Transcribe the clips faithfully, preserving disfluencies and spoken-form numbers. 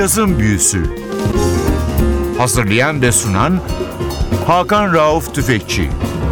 Cazın Büyüsü. Hazırlayan ve sunan Hakan Rauf Tüfekçi.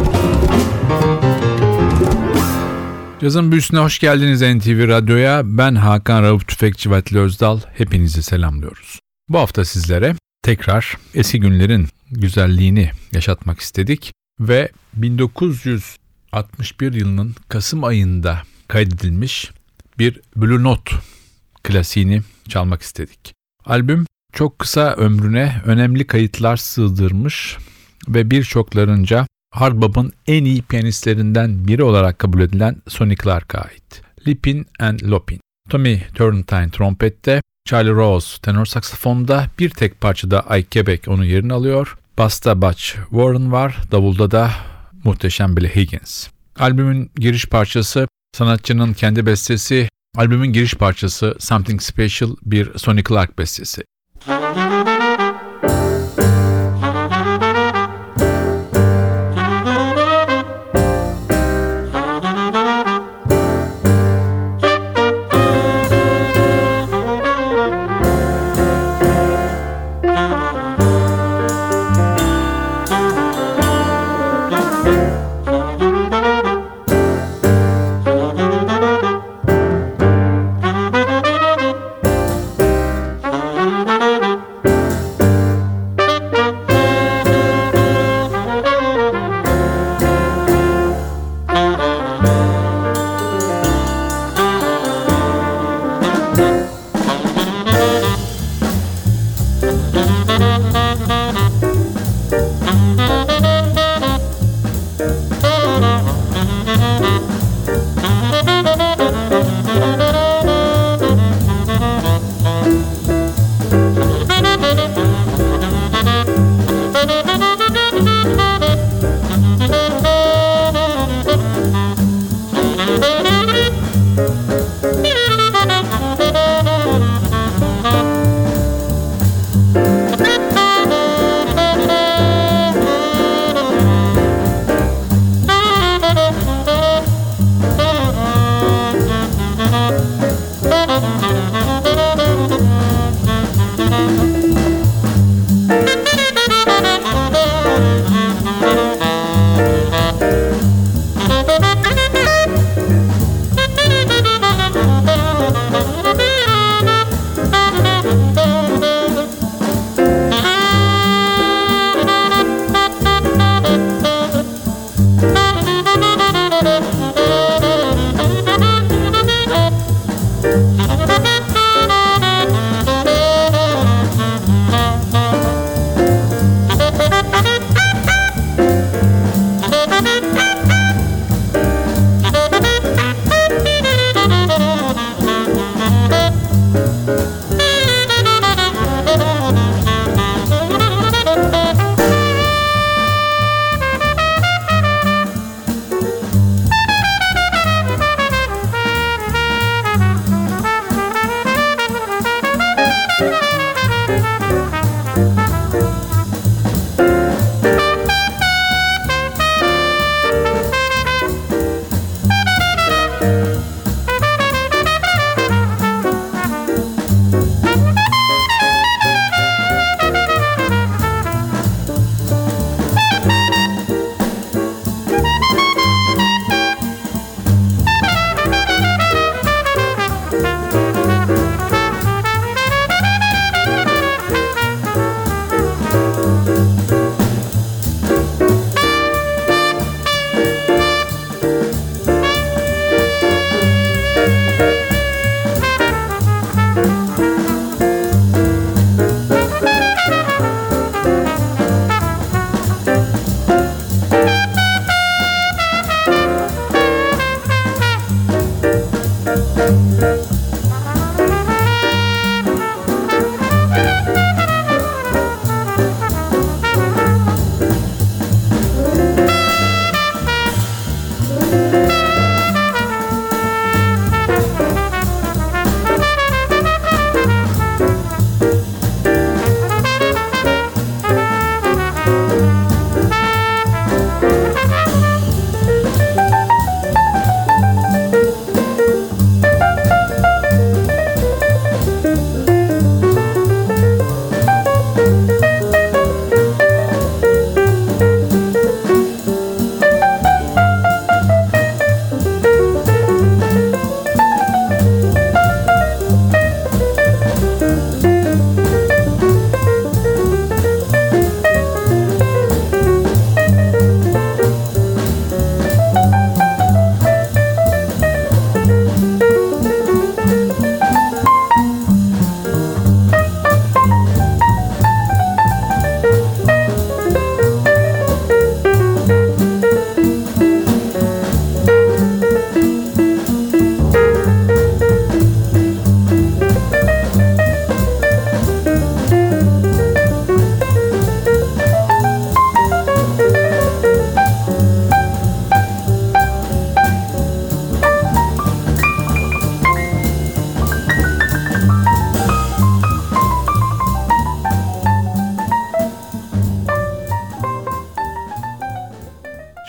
Cazın Büyüsü'ne hoş geldiniz N T V Radyo'ya. Ben Hakan Rauf Tüfekçi ve Atli Özdal. Hepinizi selamlıyoruz. Bu hafta sizlere tekrar eski günlerin güzelliğini yaşatmak istedik ve bin dokuz yüz altmış bir yılının Kasım ayında kaydedilmiş bir Blue Note klasiğini çalmak istedik. Albüm çok kısa ömrüne önemli kayıtlar sığdırmış ve birçoklarınca hard bop'un en iyi piyanistlerinden biri olarak kabul edilen Sonny Clark'a ait. Lipin and Lopin. Tommy Turrentine trompette, Charlie Rose tenor saksafonda, bir tek parçada Ike Quebec onun yerini alıyor. Bass'ta Butch Warren var, davulda da muhteşem Billy Higgins. Albümün giriş parçası sanatçının kendi bestesi, albümün giriş parçası Something Special bir Sonny Clark bestesi.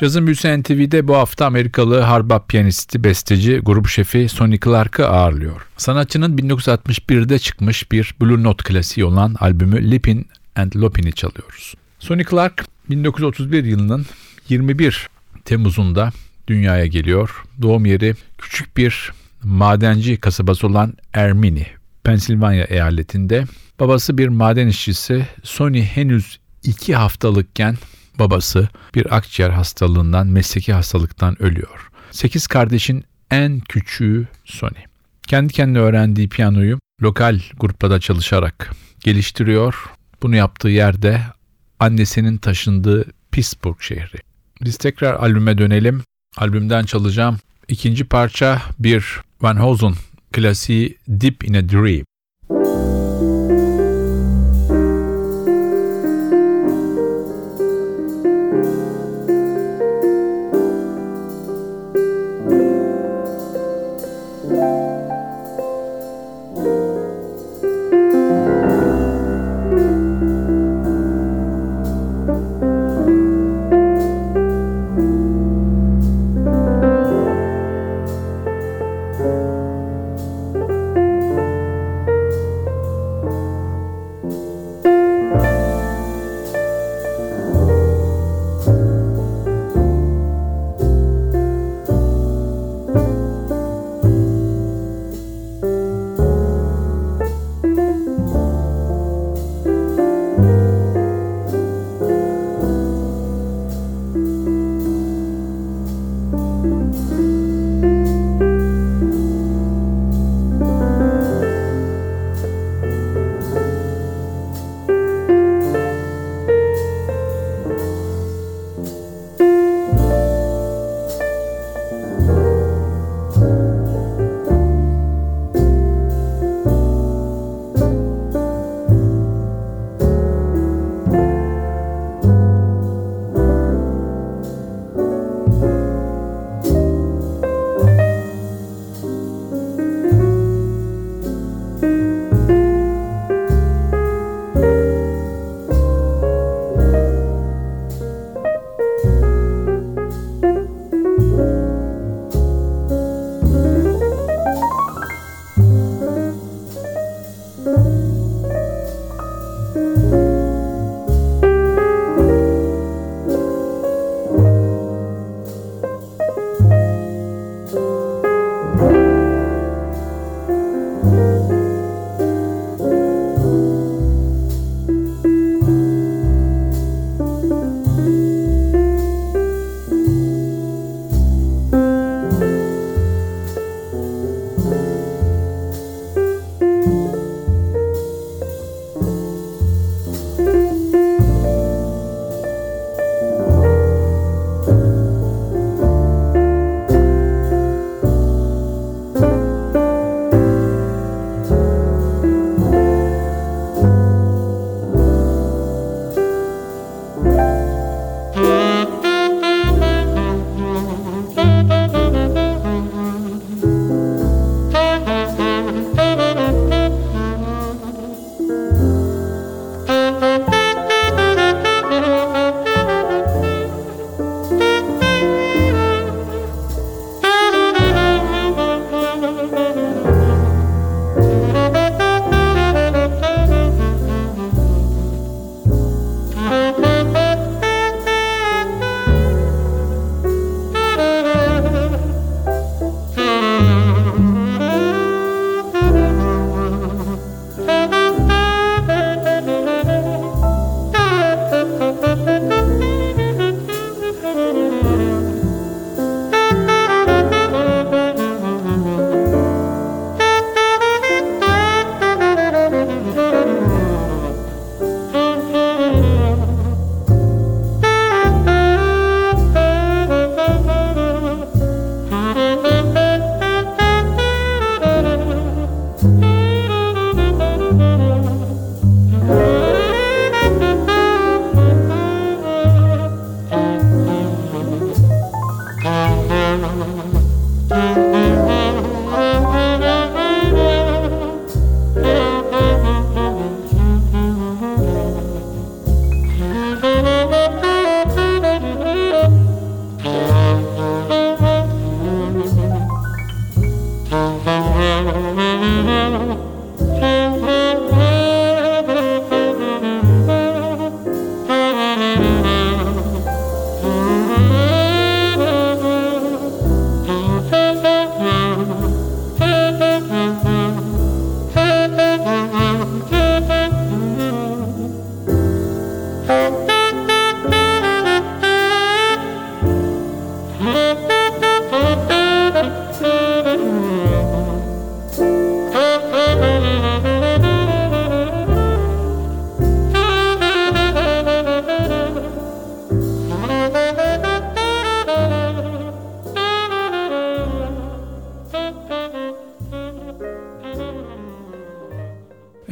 Cazın Büyüsü N T V'de bu hafta Amerikalı hard bop piyanisti, besteci, grup şefi Sonny Clark'ı ağırlıyor. Sanatçının bin dokuz yüz altmış birde çıkmış bir Blue Note klasiği olan albümü Lippin' and Lopin'i çalıyoruz. Sonny Clark bin dokuz yüz otuz bir yılının yirmi bir Temmuz'unda dünyaya geliyor. Doğum yeri küçük bir madenci kasabası olan Ermini, Pensilvanya eyaletinde. Babası bir maden işçisi. Sonny henüz iki haftalıkken babası bir akciğer hastalığından, mesleki hastalıktan ölüyor. Sekiz kardeşin en küçüğü Sonny. Kendi kendine öğrendiği piyanoyu lokal gruplarda çalışarak geliştiriyor. Bunu yaptığı yerde annesinin taşındığı Pittsburgh şehri. Biz tekrar albüme dönelim. Albümden çalacağım ikinci parça bir Van Heusen klasiği Deep in a Dream.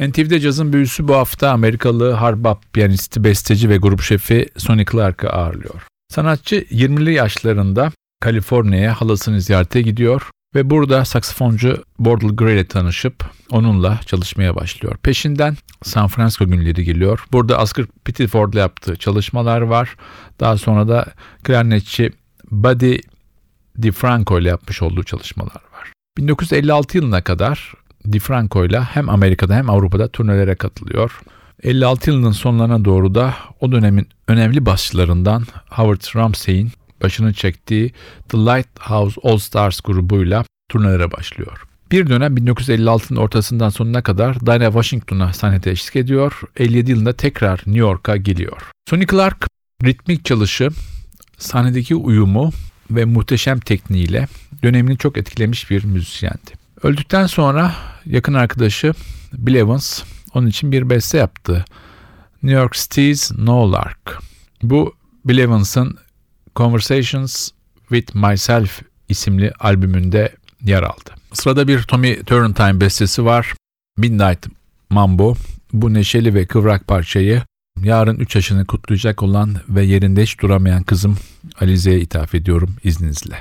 N T V'de cazın büyüsü bu hafta Amerikalı hard bop piyanisti, besteci ve grup şefi Sonny Clark'ı ağırlıyor. Sanatçı yirmili yaşlarında Kaliforniya'ya halasını ziyarete gidiyor ve burada saksafoncu Wardell Gray ile tanışıp onunla çalışmaya başlıyor. Peşinden San Francisco günleri geliyor. Burada Oscar Pettiford'la yaptığı çalışmalar var. Daha sonra da klarnetçi Buddy DiFranco ile yapmış olduğu çalışmalar var. bin dokuz yüz elli altı yılına kadar DiFranco ile hem Amerika'da hem Avrupa'da turnelere katılıyor. elli altı yılının sonlarına doğru da o dönemin önemli basçılarından Howard Ramsey'in başını çektiği The Lighthouse All Stars grubuyla turnelere başlıyor. Bir dönem bin dokuz yüz elli altının ortasından sonuna kadar Dinah Washington'a sahnede eşlik ediyor. elli yedi yılında tekrar New York'a geliyor. Sonny Clark ritmik çalışı, sahnedeki uyumu ve muhteşem tekniğiyle dönemini çok etkilemiş bir müzisyendi. Öldükten sonra yakın arkadaşı Bill Evans onun için bir beste yaptı. New York City's No Lark. Bu Bill Evans'ın Conversations with Myself isimli albümünde yer aldı. Sırada bir Tommy Turrentine bestesi var. Midnight Mambo. Bu neşeli ve kıvrak parçayı yarın üç yaşını kutlayacak olan ve yerinde hiç duramayan kızım Alize'ye ithaf ediyorum izninizle.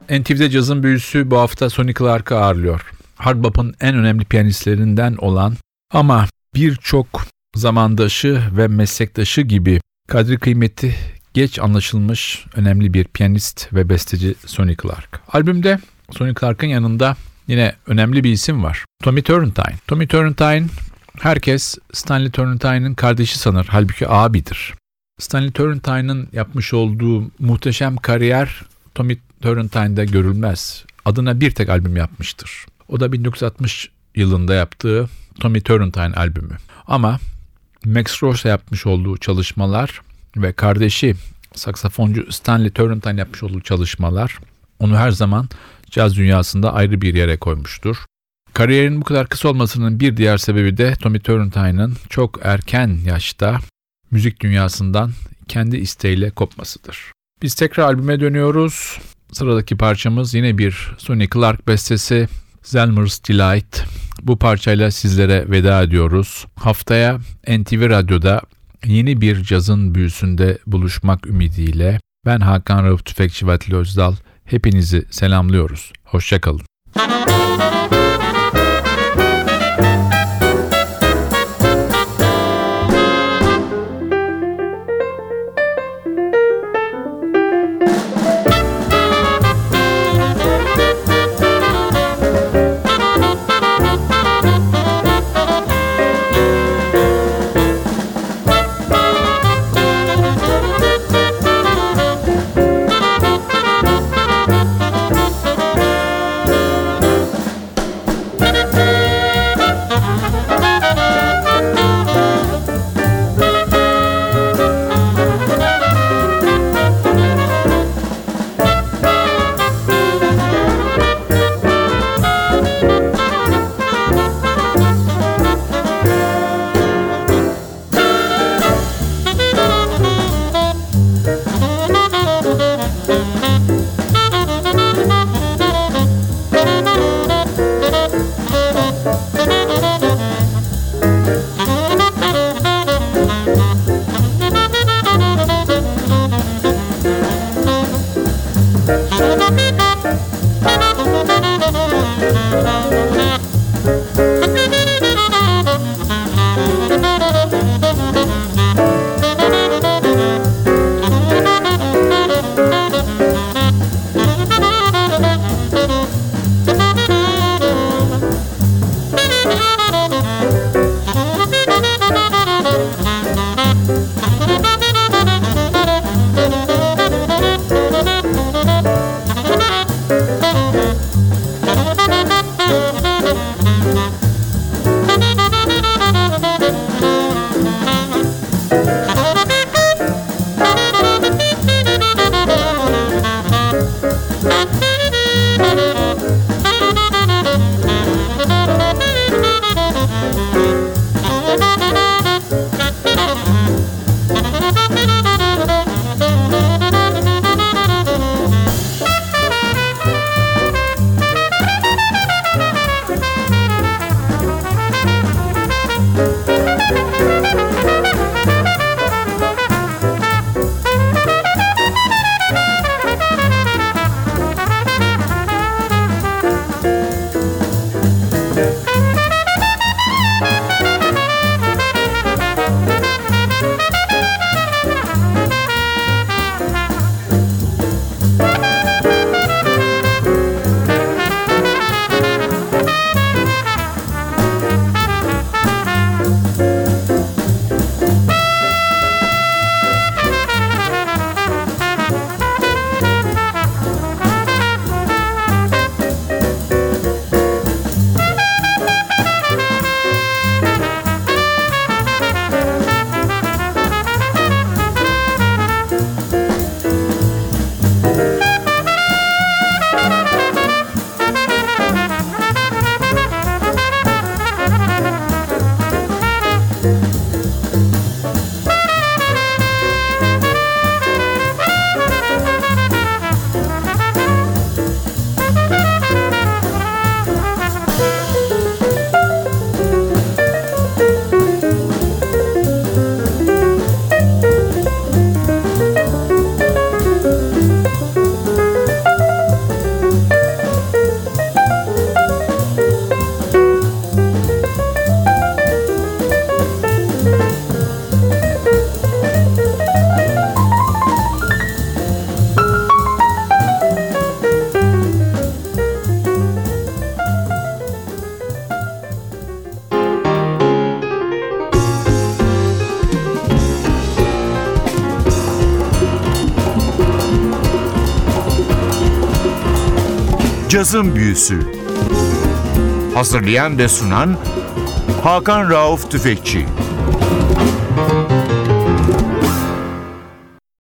N T V'de cazın büyüsü bu hafta Sonny Clark'ı ağırlıyor. Hard bop'un en önemli piyanistlerinden olan ama birçok zamandaşı ve meslektaşı gibi kadri kıymeti geç anlaşılmış önemli bir piyanist ve besteci Sonny Clark. Albümde Sonny Clark'ın yanında yine önemli bir isim var. Tommy Turrentine. Tommy Turrentine, herkes Stanley Turrentine'ın kardeşi sanır. Halbuki abidir. Stanley Turrentine'ın yapmış olduğu muhteşem kariyer Tommy Turrentine'da görülmez. Adına bir tek albüm yapmıştır. O da bin dokuz yüz altmış yılında yaptığı Tommy Turrentine albümü. Ama Max Rose'la yapmış olduğu çalışmalar ve kardeşi saksafoncu Stanley Turrentine yapmış olduğu çalışmalar onu her zaman caz dünyasında ayrı bir yere koymuştur. Kariyerinin bu kadar kısa olmasının bir diğer sebebi de Tommy Turrentine'ın çok erken yaşta müzik dünyasından kendi isteğiyle kopmasıdır. Biz tekrar albüme dönüyoruz. Sıradaki parçamız yine bir Sonny Clark bestesi, Zelmer's Delight. Bu parçayla sizlere veda ediyoruz. Haftaya N T V Radyo'da yeni bir cazın büyüsünde buluşmak ümidiyle ben Hakan Rauf Tüfekçi ve Atilla Özdal hepinizi selamlıyoruz. Hoşça kalın. Cazın Büyüsü. Hazırlayan ve sunan Hakan Rauf Tüfekçi.